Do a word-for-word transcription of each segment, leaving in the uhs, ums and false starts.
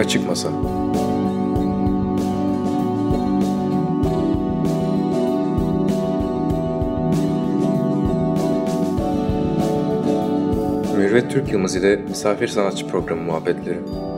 Açık Masa. Mürüvvet Türk Yılmaz ile Misafir Sanatçı Programı muhabbetleri.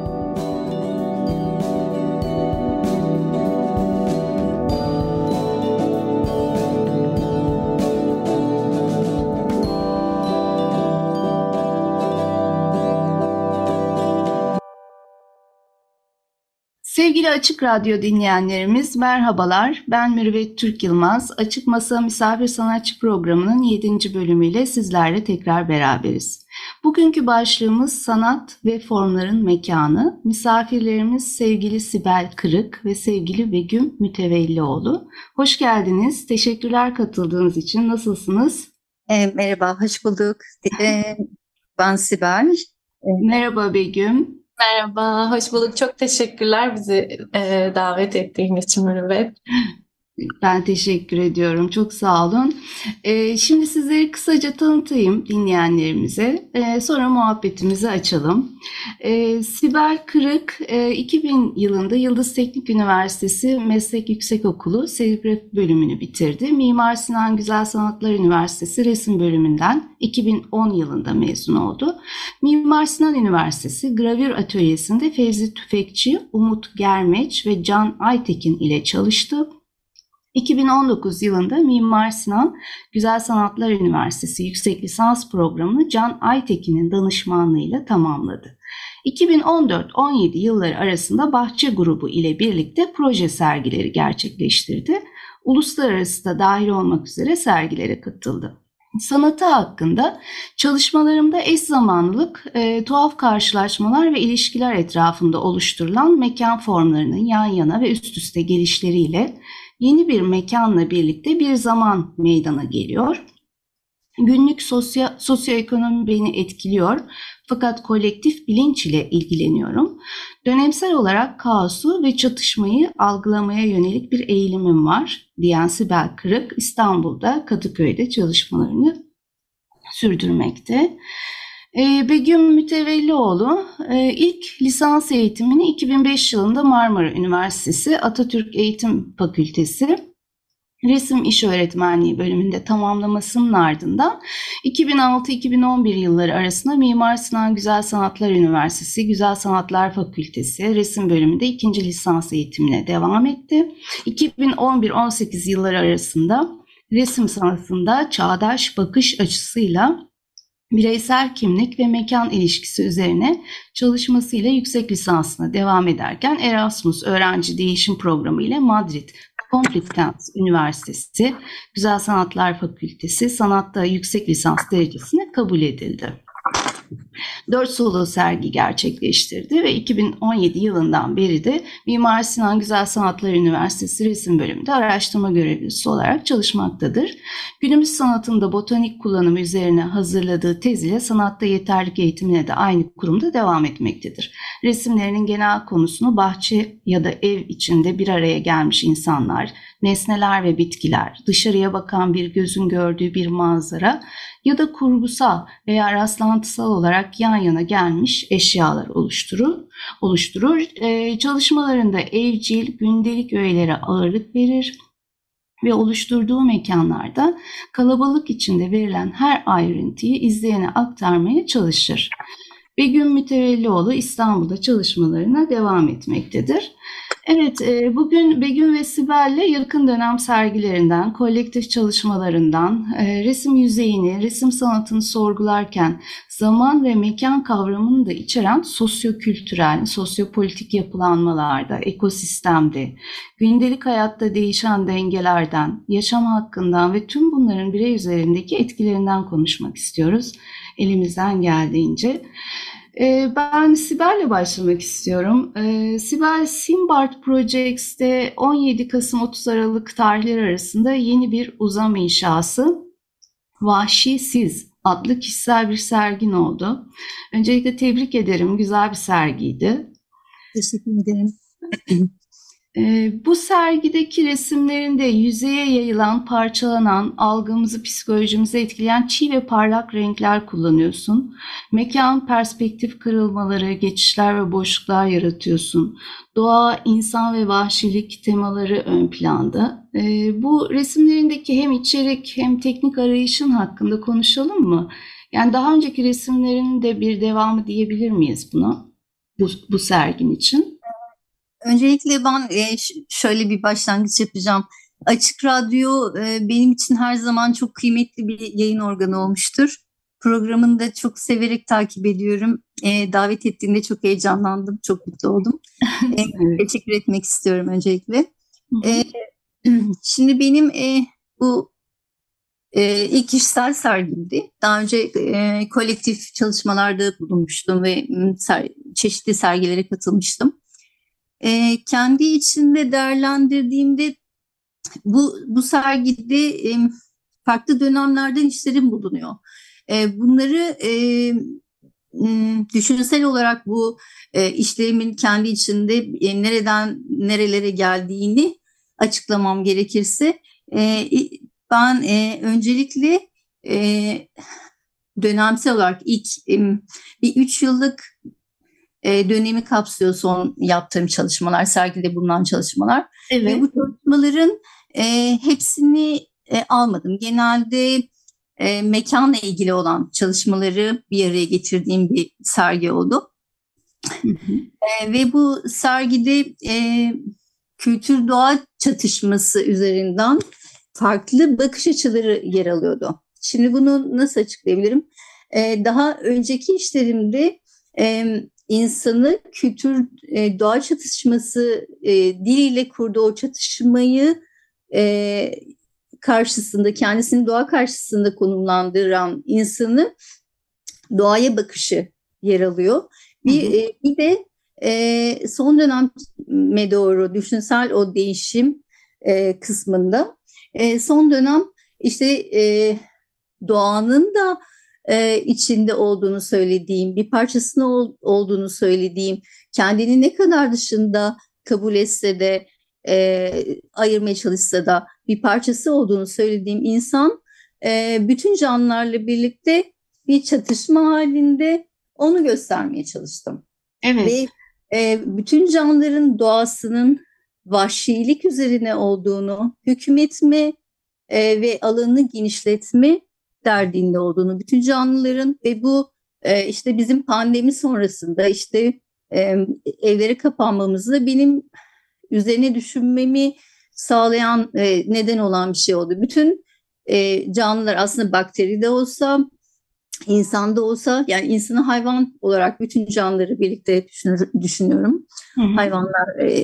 Sevgili Açık Radyo dinleyenlerimiz merhabalar. Ben Mürüvvet Türk Yılmaz. Açık Masa Misafir Sanatçı Programı'nın yedinci bölümüyle sizlerle tekrar beraberiz. Bugünkü başlığımız sanat ve formların mekanı. Misafirlerimiz sevgili Sibel Kırık ve sevgili Begüm Mütevellioğlu. Hoş geldiniz. Teşekkürler katıldığınız için. Nasılsınız? E, merhaba, hoş bulduk. E, ben Sibel. E, merhaba Begüm. Merhaba, hoş bulduk. Çok teşekkürler bizi e, davet ettiğin için Mürüvvet. Ben teşekkür ediyorum. Çok sağ olun. Ee, şimdi sizleri kısaca tanıtayım dinleyenlerimize. Ee, sonra muhabbetimizi açalım. Ee, Sibel Kırık e, iki bin yılında Yıldız Teknik Üniversitesi Meslek Yüksekokulu Serigrafi bölümünü bitirdi. Mimar Sinan Güzel Sanatlar Üniversitesi Resim bölümünden iki bin on yılında mezun oldu. Mimar Sinan Üniversitesi Gravür Atölyesi'nde Fevzi Tüfekçi, Umut Germeç ve Can Aytekin ile çalıştı. iki bin on dokuz yılında Mimar Sinan Güzel Sanatlar Üniversitesi Yüksek Lisans Programı'nı Can Aytekin'in danışmanlığıyla tamamladı. iki bin on dört on yedi yılları arasında Bahçe Grubu ile birlikte proje sergileri gerçekleştirdi. Uluslararası da dahil olmak üzere sergilere katıldı. Sanatı hakkında çalışmalarımda eş zamanlılık, e, tuhaf karşılaşmalar ve ilişkiler etrafında oluşturulan mekan formlarının yan yana ve üst üste gelişleriyle yeni bir mekanla birlikte bir zaman meydana geliyor. Günlük sosyo, sosyoekonomi beni etkiliyor fakat kolektif bilinç ile ilgileniyorum. Dönemsel olarak kaosu ve çatışmayı algılamaya yönelik bir eğilimim var diyen Sibel Kırık, İstanbul'da Kadıköy'de çalışmalarını sürdürmekte. Begüm Mütevellioğlu ilk lisans eğitimini iki bin beş yılında Marmara Üniversitesi Atatürk Eğitim Fakültesi Resim İş Öğretmenliği bölümünde tamamlamasının ardından iki bin altı iki bin on bir yılları arasında Mimar Sinan Güzel Sanatlar Üniversitesi Güzel Sanatlar Fakültesi Resim bölümünde ikinci lisans eğitimine devam etti. iki bin on bir on sekiz yılları arasında resim sanatında çağdaş bakış açısıyla bireysel kimlik ve mekan ilişkisi üzerine çalışmasıyla yüksek lisansına devam ederken Erasmus Öğrenci Değişim Programı ile Madrid Complutense Üniversitesi Güzel Sanatlar Fakültesi Sanatta yüksek lisans derecesine kabul edildi. Dört solo sergi gerçekleştirdi ve iki bin on yedi yılından beri de Mimar Sinan Güzel Sanatlar Üniversitesi Resim Bölümünde araştırma görevlisi olarak çalışmaktadır. Günümüz sanatında botanik kullanımı üzerine hazırladığı tez ile sanatta yeterlik eğitimine de aynı kurumda devam etmektedir. Resimlerinin genel konusunu bahçe ya da ev içinde bir araya gelmiş insanlar, nesneler ve bitkiler, dışarıya bakan bir gözün gördüğü bir manzara ya da kurgusal veya rastlantısal olarak yan yana gelmiş eşyalar oluşturur. oluşturur. Ee, çalışmalarında evcil, gündelik öğelere ağırlık verir ve oluşturduğu mekanlarda kalabalık içinde verilen her ayrıntıyı izleyene aktarmaya çalışır. Begüm Mütevellioğlu İstanbul'da çalışmalarına devam etmektedir. Evet, bugün Begüm ve Sibel'le yakın dönem sergilerinden, kolektif çalışmalarından, resim yüzeyini, resim sanatını sorgularken zaman ve mekan kavramını da içeren sosyokültürel, sosyopolitik yapılanmalarda, ekosistemde, gündelik hayatta değişen dengelerden, yaşam hakkından ve tüm bunların birey üzerindeki etkilerinden konuşmak istiyoruz elimizden geldiğince. Ben Sibel'le başlamak istiyorum. Sibel, Simbart Projects'te on yedi Kasım otuz Aralık tarihleri arasında yeni bir uzam inşası Vahşi Siz adlı kişisel bir sergin oldu. Öncelikle tebrik ederim. Güzel bir sergiydi. Teşekkür ederim. Ee, bu sergideki resimlerinde yüzeye yayılan, parçalanan, algımızı, psikolojimizi etkileyen çiğ ve parlak renkler kullanıyorsun. Mekan, perspektif kırılmaları, geçişler ve boşluklar yaratıyorsun. Doğa, insan ve vahşilik temaları ön planda. Ee, bu resimlerindeki hem içerik hem teknik arayışın hakkında konuşalım mı? Yani daha önceki resimlerin de bir devamı diyebilir miyiz buna? Bu, bu sergin için. Öncelikle ben e, ş- şöyle bir başlangıç yapacağım. Açık Radyo e, benim için her zaman çok kıymetli bir yayın organı olmuştur. Programını da çok severek takip ediyorum. E, davet ettiğinde çok heyecanlandım, çok mutlu oldum. E, Evet. Teşekkür etmek istiyorum öncelikle. Hı hı. E, Şimdi benim e, bu e, ilk kişisel sergimdi. Daha önce e, kolektif çalışmalarda bulunmuştum ve m, ser- çeşitli sergilere katılmıştım. E, kendi içinde değerlendirdiğimde bu bu sergide e, farklı dönemlerden işlerim bulunuyor. E, bunları e, m, düşünsel olarak bu e, işlerimin kendi içinde e, nereden nerelere geldiğini açıklamam gerekirse e, ben e, öncelikle e, dönemsel olarak ilk e, bir üç yıllık e, dönemi kapsıyor son yaptığım çalışmalar, sergide bulunan çalışmalar. Ve Evet. bu çalışmaların e, hepsini e, almadım. Genelde e, mekanla ilgili olan çalışmaları bir araya getirdiğim bir sergi oldu. Hı hı. E, ve bu sergide e, kültür doğa çatışması üzerinden farklı bakış açıları yer alıyordu. Şimdi bunu nasıl açıklayabilirim? E, daha önceki işlerimde e, insanı kültür e, doğa çatışması e, diliyle kurduğu o çatışmayı e, karşısında kendisini doğa karşısında konumlandıran insanı doğaya bakışı yer alıyor. Bir, Hı hı. e, bir de e, son döneme doğru düşünsel o değişim e, kısmında e, son dönem işte e, doğanın da e, içinde olduğunu söylediğim, bir parçasını ol, olduğunu söylediğim, kendini ne kadar dışında kabul etse de e, ayırmaya çalışsa da bir parçası olduğunu söylediğim insan e, bütün canlılarla birlikte bir çatışma halinde onu göstermeye çalıştım. Evet. Ve e, bütün canlıların doğasının vahşilik üzerine olduğunu, hükmetme e, ve alanını genişletme derdinde olduğunu, bütün canlıların ve bu e, işte bizim pandemi sonrasında işte e, evlere kapanmamızı da benim üzerine düşünmemi sağlayan e, neden olan bir şey oldu. Bütün e, canlılar aslında bakteri de olsa, insanda olsa yani insanı hayvan olarak bütün canlıları birlikte düşünür, düşünüyorum. Hı hı. Hayvanlar e,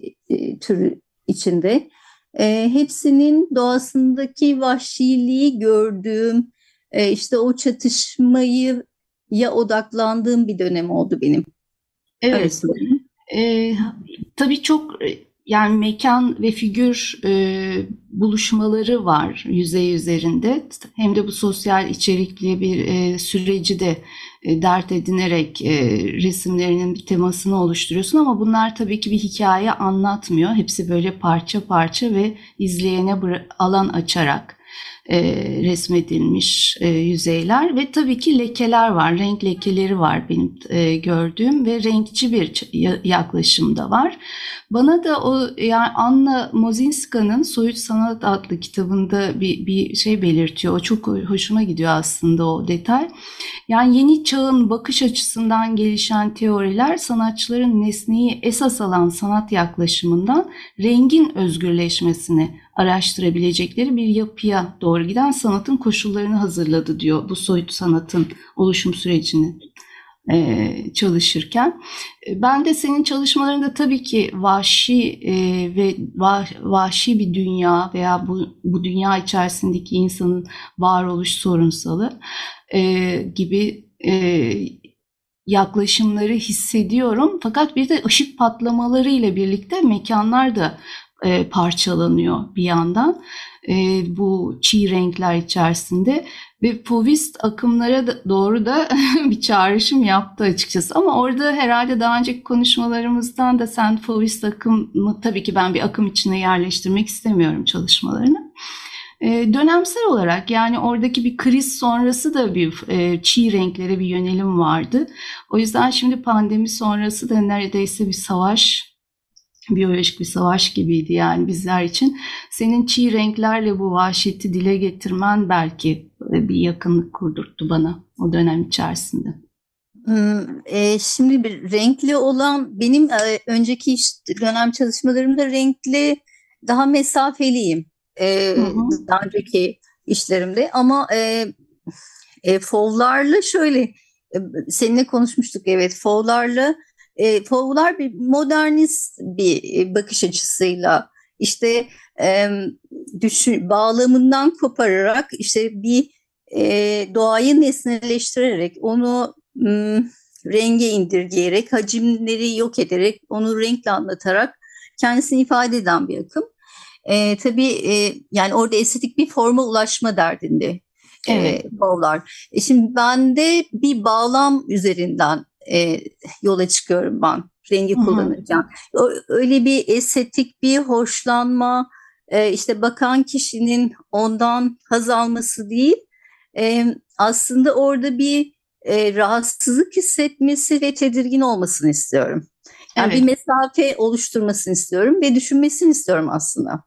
e, türü içinde. E, hepsinin doğasındaki vahşiliği gördüğüm, e, işte o çatışmayı ya odaklandığım bir dönem oldu benim. Öyle Evet. söyleyeyim. Ee, tabii çok e, yani mekan ve figür e, buluşmaları var yüzey üzerinde. Hem de bu sosyal içerikli bir e, süreci de e, dert edinerek e, resimlerinin bir temasını oluşturuyorsun ama bunlar tabii ki bir hikaye anlatmıyor. Hepsi böyle parça parça ve izleyene bıra- alan açarak e, resmedilmiş e, yüzeyler ve tabii ki lekeler var, renk lekeleri var benim e, gördüğüm ve renkçi bir ç- ya- yaklaşım da var. Bana da o yani Anna Mozinska'nın Soyut Sanat adlı kitabında bir, bir şey belirtiyor. O çok hoşuma gidiyor aslında o detay. Yani yeni çağın bakış açısından gelişen teoriler sanatçıların nesneyi esas alan sanat yaklaşımından rengin özgürleşmesini araştırabilecekleri bir yapıya doğru giden sanatın koşullarını hazırladı diyor bu soyut sanatın oluşum sürecini e, çalışırken. E, Ben de senin çalışmalarında tabii ki vahşi e, ve vah- vahşi bir dünya veya bu, bu dünya içerisindeki insanın varoluş sorunsalı e, gibi e, yaklaşımları hissediyorum. Fakat bir de ışık patlamaları ile birlikte mekanlar da e, parçalanıyor bir yandan e, bu çiğ renkler içerisinde ve Fauvist akımlara da, doğru da bir çağrışım yaptı açıkçası. Ama orada herhalde daha önceki konuşmalarımızdan da sen Fauvist akımı, tabii ki ben bir akım içine yerleştirmek istemiyorum çalışmalarını. E, dönemsel olarak yani oradaki bir kriz sonrası da bir e, çiğ renklere bir yönelim vardı. O yüzden şimdi pandemi sonrası da neredeyse bir savaş, biyolojik bir savaş gibiydi yani bizler için. Senin çiğ renklerle bu vahşeti dile getirmen belki bir yakınlık kurdurttu bana o dönem içerisinde. Hmm, e, şimdi bir renkli olan benim e, önceki iş, dönem çalışmalarımda renkli daha mesafeliyim. E, Hı hı. Daha önceki işlerimde ama e, e, fovlarla şöyle e, seninle konuşmuştuk, evet, fovlarla e, fovlar bir modernist bir e, bakış açısıyla işte e, düşün, bağlamından kopararak işte bir e, doğayı nesneleştirerek onu m, renge indirgeyerek hacimleri yok ederek onu renkle anlatarak kendisini ifade eden bir akım. E, tabii e, yani orada estetik bir forma ulaşma derdinde Evet. e, Fovlar. E, şimdi ben de bir bağlam üzerinden e, yola çıkıyorum ben rengi Hı hı. kullanırken. O, öyle bir estetik bir hoşlanma, e, işte bakan kişinin ondan haz alması değil, e, aslında orada bir e, rahatsızlık hissetmesi ve tedirgin olmasını istiyorum. Yani Evet. bir mesafe oluşturmasını istiyorum ve düşünmesini istiyorum aslında.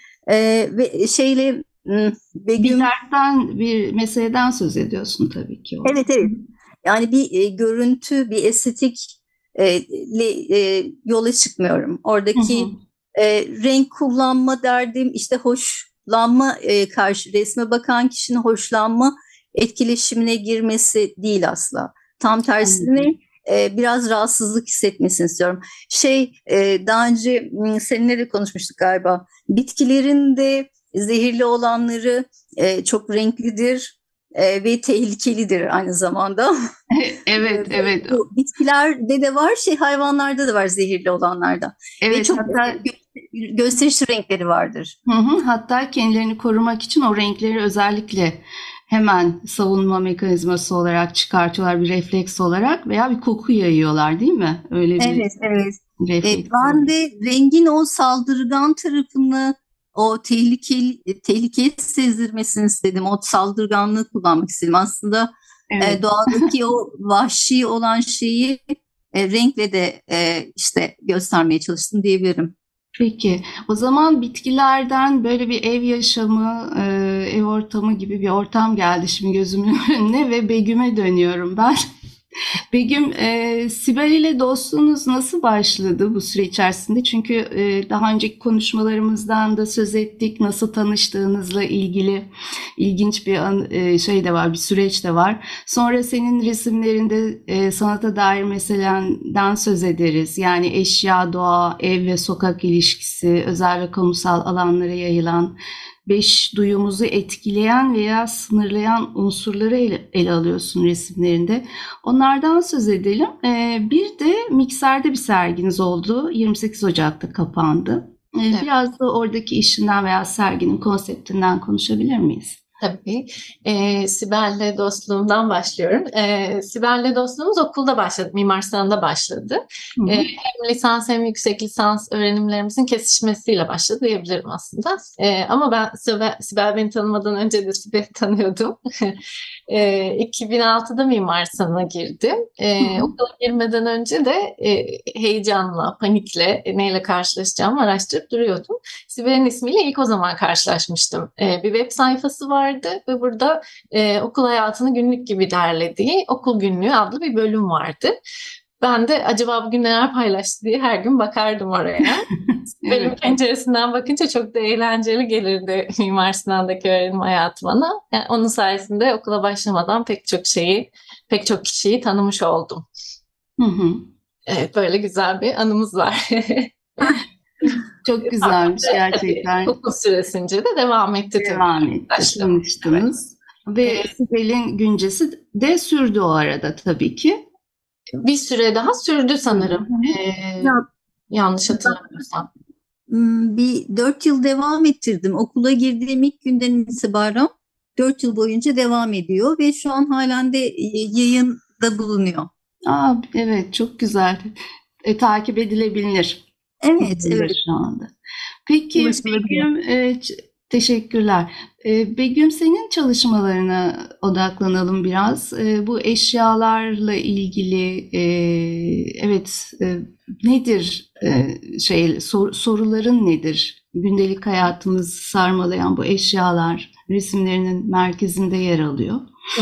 Ee, ve şeyle m, Bir Begüm, dertten, bir meseleden söz ediyorsun tabii ki orada. evet evet, yani bir e, görüntü, bir estetik e, le, e, yola çıkmıyorum. Hı hı. Oradaki e, renk kullanma derdim, işte hoşlanma, e, karşı resme bakan kişinin hoşlanma etkileşimine girmesi değil asla. Tam tersine Anladım. e, biraz rahatsızlık hissetmesini istiyorum. Şey, e, daha önce m, seninle de konuşmuştuk galiba. Bitkilerin de zehirli olanları e, çok renklidir e, ve tehlikelidir aynı zamanda. Evet, Ve evet. bu bitkilerde de var, şey, hayvanlarda da var zehirli olanlarda. Ve Evet, çok hatta gö- gösterişli renkleri vardır. hı hı, hatta kendilerini korumak için o renkleri özellikle hemen savunma mekanizması olarak çıkartıyorlar, bir refleks olarak veya bir koku yayıyorlar, değil mi? Öyle bir Evet, evet. E, refleksleri ben var. de rengin o saldırgan tarafını, o tehlikeli, tehlikeyi sezdirmesini istedim. O saldırganlığı kullanmak istedim. Aslında e, Evet. doğadaki o vahşi olan şeyi e, renkle de e, işte göstermeye çalıştım diyebilirim. Peki, o zaman bitkilerden böyle bir ev yaşamı, e, ev ortamı gibi bir ortam geldi şimdi gözümün önüne ve Begüm'e dönüyorum ben. Begüm, e, Sibel ile dostluğunuz nasıl başladı bu süre içerisinde? Çünkü e, daha önceki konuşmalarımızdan da söz ettik. Nasıl tanıştığınızla ilgili ilginç bir an, e, şey de var, bir süreç de var. Sonra senin resimlerinde e, sanata dair meselenden söz ederiz. Yani eşya, doğa, ev ve sokak ilişkisi, özel ve kamusal alanlara yayılan, beş duyumuzu etkileyen veya sınırlayan unsurları ele, ele alıyorsun resimlerinde. Onlardan söz edelim. Ee, bir de Mikser'de bir serginiz oldu. yirmi sekiz Ocak'ta kapandı. Ee, Evet. biraz da oradaki işinden veya serginin konseptinden konuşabilir miyiz? Tabii. E, Sibel'le dostluğumdan başlıyorum. E, Sibel'le dostluğumuz okulda başladı, Mimar Sinan'da başladı. Hı E, hı. hem lisans hem yüksek lisans öğrenimlerimizin kesişmesiyle başladı diyebilirim aslında. E, ama ben Sibel, Sibel beni tanımadan önce de Sibel'i tanıyordum. e, iki bin altıda Mimar Sinan'a girdim. Hı E, hı. okula girmeden önce de e, heyecanla, panikle e, neyle karşılaşacağımı araştırıp duruyordum. Sibel'in ismiyle ilk o zaman karşılaşmıştım. E, bir web sayfası vardı ve burada e, okul hayatını günlük gibi derlediği Okul Günlüğü adlı bir bölüm vardı. Ben de acaba bugün neler paylaştı diye her gün bakardım oraya. Benim Evet. penceresinden bakınca çok da eğlenceli gelirdi Mimar Sinan'daki öğrenim hayatı bana. Yani onun sayesinde okula başlamadan pek çok şeyi, pek çok kişiyi tanımış oldum. Hı hı. Evet, böyle güzel bir anımız var. Çok güzelmiş Tabii gerçekten. okul süresince de devam etti tabii Devam etti, arkadaşlığım. Evet. tanıştınız. Ve Ee, Sibel'in güncesi de sürdü o arada tabii ki. bir süre daha sürdü Sürdü. sanırım. Hı hı. Ee, Ya yanlış hatırlamıyorsam. bir dört yıl devam ettirdim. Okula girdiğim ilk günden itibaren dört yıl boyunca devam ediyor ve şu an halen de yayında bulunuyor. Aa, evet, çok güzel. E, takip edilebilir. Evet, evet. Şu anda. Peki Begüm, e, teşekkürler. E, Begüm, senin çalışmalarına odaklanalım biraz. E, bu eşyalarla ilgili, e, evet, e, nedir e, şey sor, soruların nedir? Gündelik hayatımızı sarmalayan bu eşyalar resimlerinin merkezinde yer alıyor.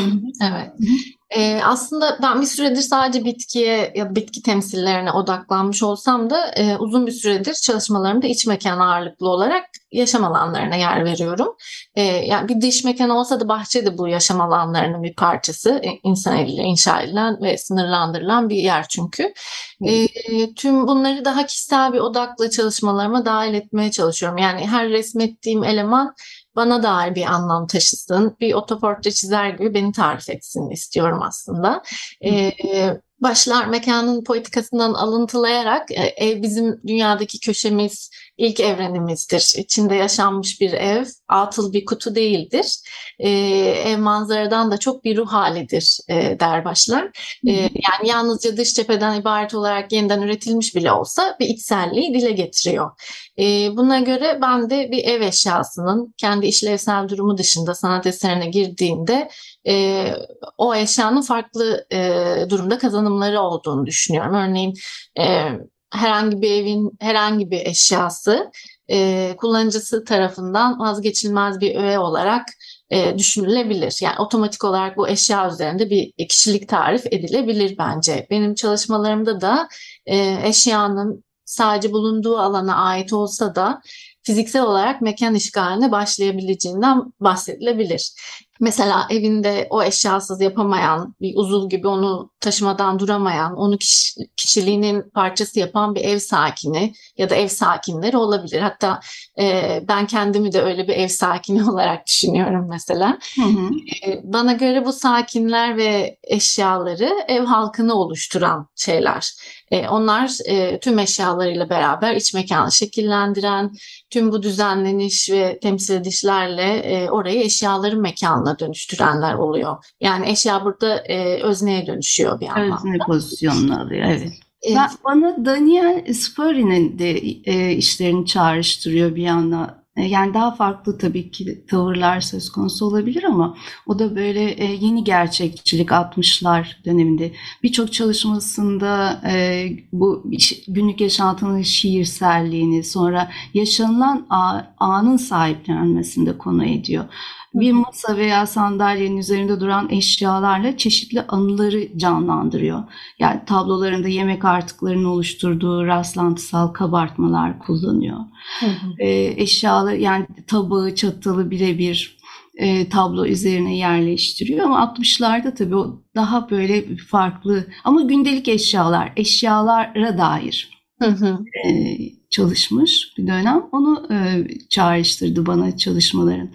Evet. Ee, aslında ben bir süredir sadece bitkiye ya da bitki temsillerine odaklanmış olsam da e, uzun bir süredir çalışmalarımda iç mekan ağırlıklı olarak yaşam alanlarına yer veriyorum. E, yani bir dış mekan olsa da bahçe de bu yaşam alanlarının bir parçası. E, insan eliyle inşa edilen ve sınırlandırılan bir yer çünkü. E, tüm bunları daha kişisel bir odakla çalışmalarıma dahil etmeye çalışıyorum. Yani her resmettiğim eleman bana dair bir anlam taşısın, bir otoportre çizer gibi beni tarif etsin istiyorum aslında. Ee, başlar mekanın poetikasından alıntılayarak e, ev bizim dünyadaki köşemiz, ilk evrenimizdir. İçinde yaşanmış bir ev, atıl bir kutu değildir. E, ev manzaradan da çok bir ruh halidir e, der başlar. E, yani yalnızca dış cepheden ibaret olarak yeniden üretilmiş bile olsa bir içselliği dile getiriyor. E, buna göre ben de bir ev eşyasının kendi işlevsel durumu dışında sanat eserine girdiğinde e, o eşyanın farklı e, durumda kazanımları olduğunu düşünüyorum. Örneğin e, herhangi bir evin herhangi bir eşyası e, kullanıcısı tarafından vazgeçilmez bir öğe olarak e, düşünülebilir. Yani otomatik olarak bu eşya üzerinde bir kişilik tarif edilebilir bence. Benim çalışmalarımda da e, eşyanın sadece bulunduğu alana ait olsa da fiziksel olarak mekan işgaline başlayabileceğinden bahsedilebilir. Mesela evinde o eşyasız yapamayan, bir uzuv gibi onu taşımadan duramayan, onu kişi, kişiliğinin parçası yapan bir ev sakini ya da ev sakinleri olabilir. Hatta e, ben kendimi de öyle bir ev sakini olarak düşünüyorum mesela. Hı hı. E, bana göre bu sakinler ve eşyaları ev halkını oluşturan şeyler. E, onlar e, tüm eşyalarıyla beraber iç mekanı şekillendiren, tüm bu düzenleniş ve temsil edişlerle e, orayı eşyaların mekanına dönüştürenler oluyor. Yani eşya burada e, özneye dönüşüyor bir anlamda. Özne pozisyonunu alıyor, evet. Ben, bana Daniel Spari'nin de e, işlerini çağrıştırıyor bir yana. E, yani daha farklı tabii ki tavırlar söz konusu olabilir ama o da böyle e, yeni gerçekçilik altmışlar döneminde birçok çalışmasında e, bu günlük yaşantının şiirselliğini, sonra yaşanılan a, anın sahiplenmesinde konu ediyor. Bir masa veya sandalyenin üzerinde duran eşyalarla çeşitli anıları canlandırıyor. Yani tablolarında yemek artıklarının oluşturduğu rastlantısal kabartmalar kullanıyor. Hı hı. E, eşyalı yani tabağı, çatalı birebir e, tablo üzerine yerleştiriyor. Ama altmışlarda tabii o daha böyle farklı ama gündelik eşyalar, eşyalara dair hı hı. E, çalışmış bir dönem. Onu e, çağrıştırdı bana çalışmaların.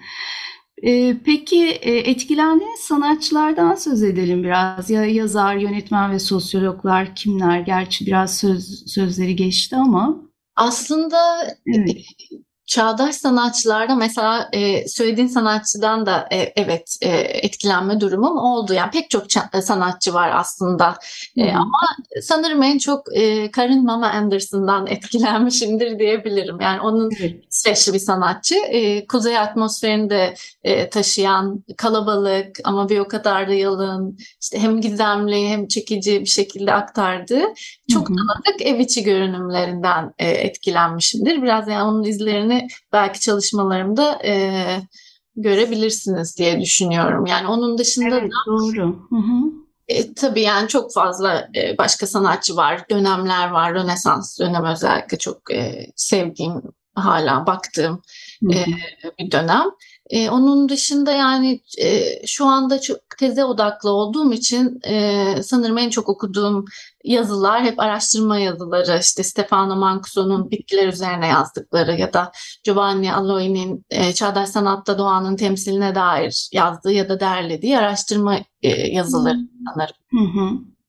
Ee, peki etkilendiğiniz sanatçılardan söz edelim biraz. Ya yazar, yönetmen ve sosyologlar kimler? Gerçi biraz söz, sözleri geçti ama. Aslında evet. Çağdaş sanatçılarda mesela e, söylediğin sanatçıdan da e, evet e, etkilenme durumum oldu. Yani pek çok sanatçı var aslında. E, ama sanırım en çok e, Karin Mama Anderson'dan etkilenmişimdir diyebilirim. Yani onun evet. İsveçli bir sanatçı. E, kuzey atmosferini de e, taşıyan, kalabalık ama bir o kadar da yalın, işte hem gizemli hem çekici bir şekilde aktardığı çok tanıdık ev içi görünümlerinden e, etkilenmişimdir. Biraz yani onun izlerini belki çalışmalarımda e, görebilirsiniz diye düşünüyorum. Yani onun dışında evet, da doğru. Hı hı. E, tabii yani çok fazla e, başka sanatçı var, dönemler var. Rönesans dönemi özellikle çok e, sevdiğim, hala baktığım e, bir dönem. E, onun dışında yani e, şu anda çok teze odaklı olduğum için e, sanırım en çok okuduğum yazılar hep araştırma yazıları. İşte Stefano Mancuso'nun bitkiler üzerine yazdıkları ya da Giovanni Alloi'nin e, çağdaş sanatta doğanın temsiline dair yazdığı ya da derlediği araştırma e, yazıları sanırım. Hı hı.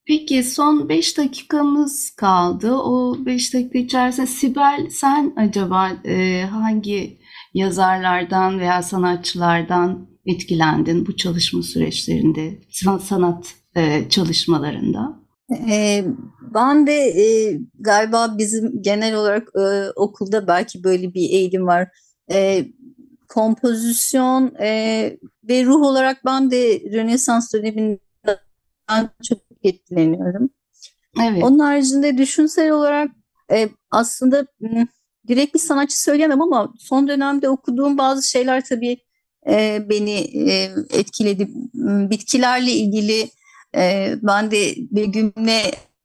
Peki son beş dakikamız kaldı. O beş dakika içerisinde Sibel, sen acaba e, hangi yazarlardan veya sanatçılardan etkilendin bu çalışma süreçlerinde, san- sanat e, çalışmalarında? Ee, ben de e, galiba bizim genel olarak e, okulda belki böyle bir eğilim var. E, kompozisyon e, ve ruh olarak ben de Rönesans döneminden çok etkileniyorum. Evet. Onun haricinde düşünsel olarak e, aslında m, direkt bir sanatçı söyleyemem ama son dönemde okuduğum bazı şeyler tabii e, beni e, etkiledi. M, Bitkilerle ilgili e, ben de Begüm'le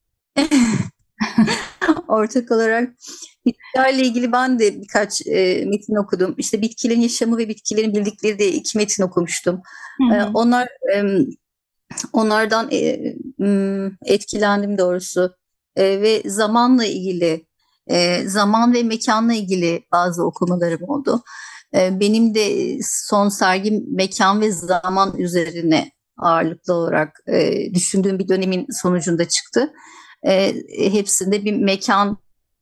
ortak olarak bitkilerle ilgili ben de birkaç e, metin okudum. İşte bitkilerin yaşamı ve bitkilerin bildikleri de iki metin okumuştum. Hı E, hı. onlar e, onlardan e, m, etkilendim doğrusu. E, ve zamanla ilgili, e, zaman ve mekanla ilgili bazı okumalarım oldu. E, benim de son sergim mekan ve zaman üzerine ağırlıklı olarak e, düşündüğüm bir dönemin sonucunda çıktı. E, hepsinde bir mekan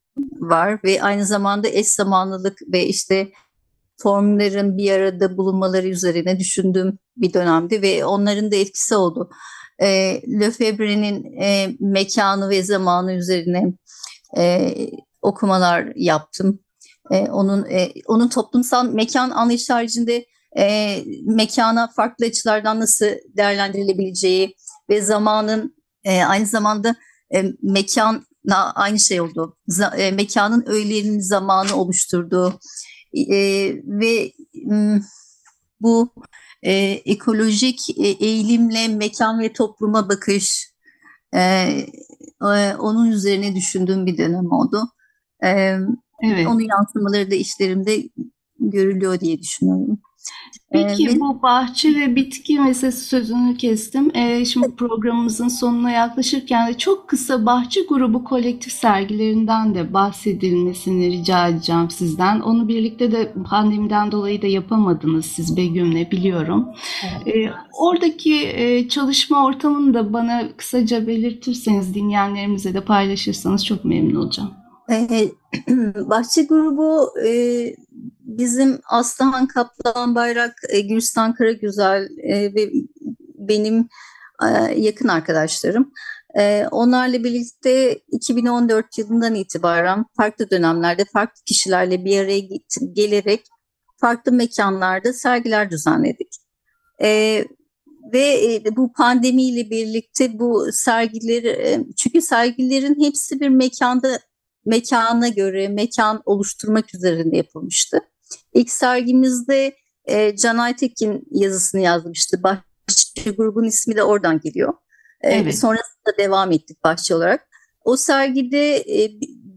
var ve aynı zamanda eş zamanlılık ve işte formların bir arada bulunmaları üzerine düşündüğüm bir dönemdi ve onların da etkisi oldu. E, Lefebvre'nin e, mekanı ve zamanı üzerine e, okumalar yaptım. E, onun e, onun toplumsal mekan anlayışı haricinde e, mekana farklı açılardan nasıl değerlendirilebileceği ve zamanın e, aynı zamanda e, mekanla aynı şey oldu. Z- e, mekanın öğelerinin zamanı oluşturduğu e, ve m, bu e, ekolojik e, eğilimle mekan ve topluma bakış, e, e, onun üzerine düşündüğüm bir dönem oldu. E, Evet. Onun yansımaları da işlerimde görülüyor diye düşünüyorum. E, ve Peki bu bahçe ve bitki meselesi, sözünü kestim. Ee, şimdi programımızın sonuna yaklaşırken de çok kısa bahçe grubu kolektif sergilerinden de bahsedilmesini rica edeceğim sizden. Onu birlikte de pandemiden dolayı da yapamadınız siz Begüm'le, biliyorum. Ee, oradaki e, çalışma ortamını da bana kısaca belirtirseniz, dinleyenlerimize de paylaşırsanız çok memnun olacağım. e, bahçe grubu e, bizim Aslıhan Kaplan Bayrak, e, Gülistan Karagüzel e, ve benim e, yakın arkadaşlarım. E, onlarla birlikte iki bin on dört yılından itibaren farklı dönemlerde farklı kişilerle bir araya git- gelerek farklı mekanlarda sergiler düzenledik. E, ve e, bu pandemiyle birlikte bu sergileri, e, çünkü sergilerin hepsi bir mekanda mekana göre mekan oluşturmak üzerine yapılmıştı. İlk sergimizde e, Can Aytekin yazısını yazmıştı. Bahçe grubun ismi de oradan geliyor. E, Evet. Sonrasında devam ettik bahçe olarak. O sergide e,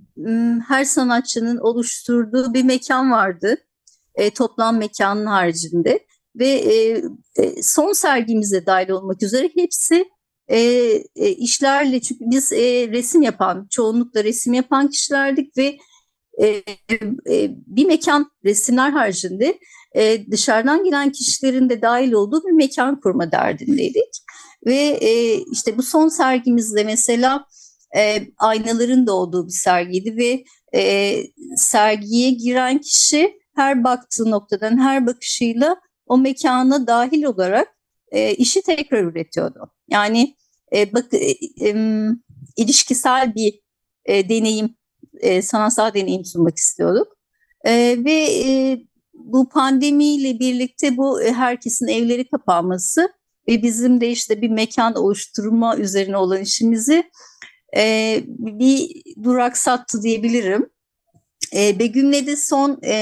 her sanatçının oluşturduğu bir mekan vardı. E, toplam mekanın haricinde. Ve e, e, son sergimize dahil olmak üzere hepsi e, e, işlerle, çünkü biz e, resim yapan, çoğunlukla resim yapan kişilerdik ve e, e, bir mekan, resimler haricinde e, dışarıdan gelen kişilerin de dahil olduğu bir mekan kurma derdindeydik. Ve e, işte bu son sergimizde mesela e, aynaların da olduğu bir sergiydi ve e, sergiye giren kişi her baktığı noktadan, her bakışıyla o mekana dahil olarak e, işi tekrar üretiyordu. Yani e, bak, e, e, ilişkisel bir e, deneyim, e, sanatsal deneyim sunmak istiyorduk. E, ve e, bu pandemiyle birlikte bu e, herkesin evleri kapanması ve bizim de işte bir mekan oluşturma üzerine olan işimizi e, bir duraksattı diyebilirim. E, Begüm'le de son e,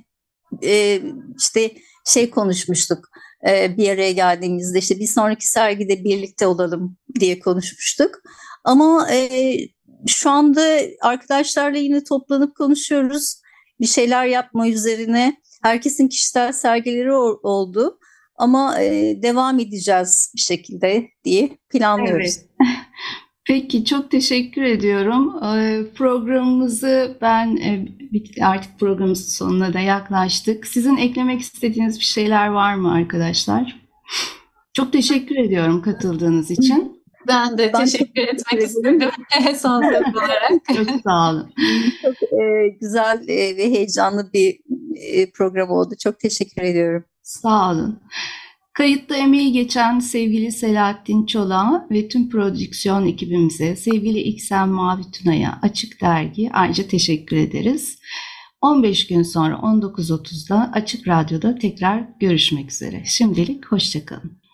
e, işte şey konuşmuştuk. E, bir araya geldiğimizde işte bir sonraki sergide birlikte olalım diye konuşmuştuk. Ama e, şu anda arkadaşlarla yine toplanıp konuşuyoruz. Bir şeyler yapma üzerine. Herkesin kişisel sergileri o- oldu. Ama e, devam edeceğiz bir şekilde diye planlıyoruz. Evet. Peki, çok teşekkür ediyorum. Ee, Programımızı ben e, bit- artık programımızın sonuna da yaklaştık. Sizin eklemek istediğiniz bir şeyler var mı arkadaşlar? Çok teşekkür ediyorum katıldığınız için. Ben de Ben teşekkür çok etmek teşekkür ederim. istedim son söz olarak. Çok sağ olun. Çok e, güzel e, ve heyecanlı bir e, program oldu. Çok teşekkür ediyorum. Sağ olun. Kayıtta emeği geçen sevgili Selahattin Çolak'a ve tüm prodüksiyon ekibimize, sevgili İksen Mavi Tuna'ya, Açık Dergi ayrıca teşekkür ederiz. on beş gün sonra on dokuz otuzda Açık Radyo'da tekrar görüşmek üzere. Şimdilik hoşça kalın.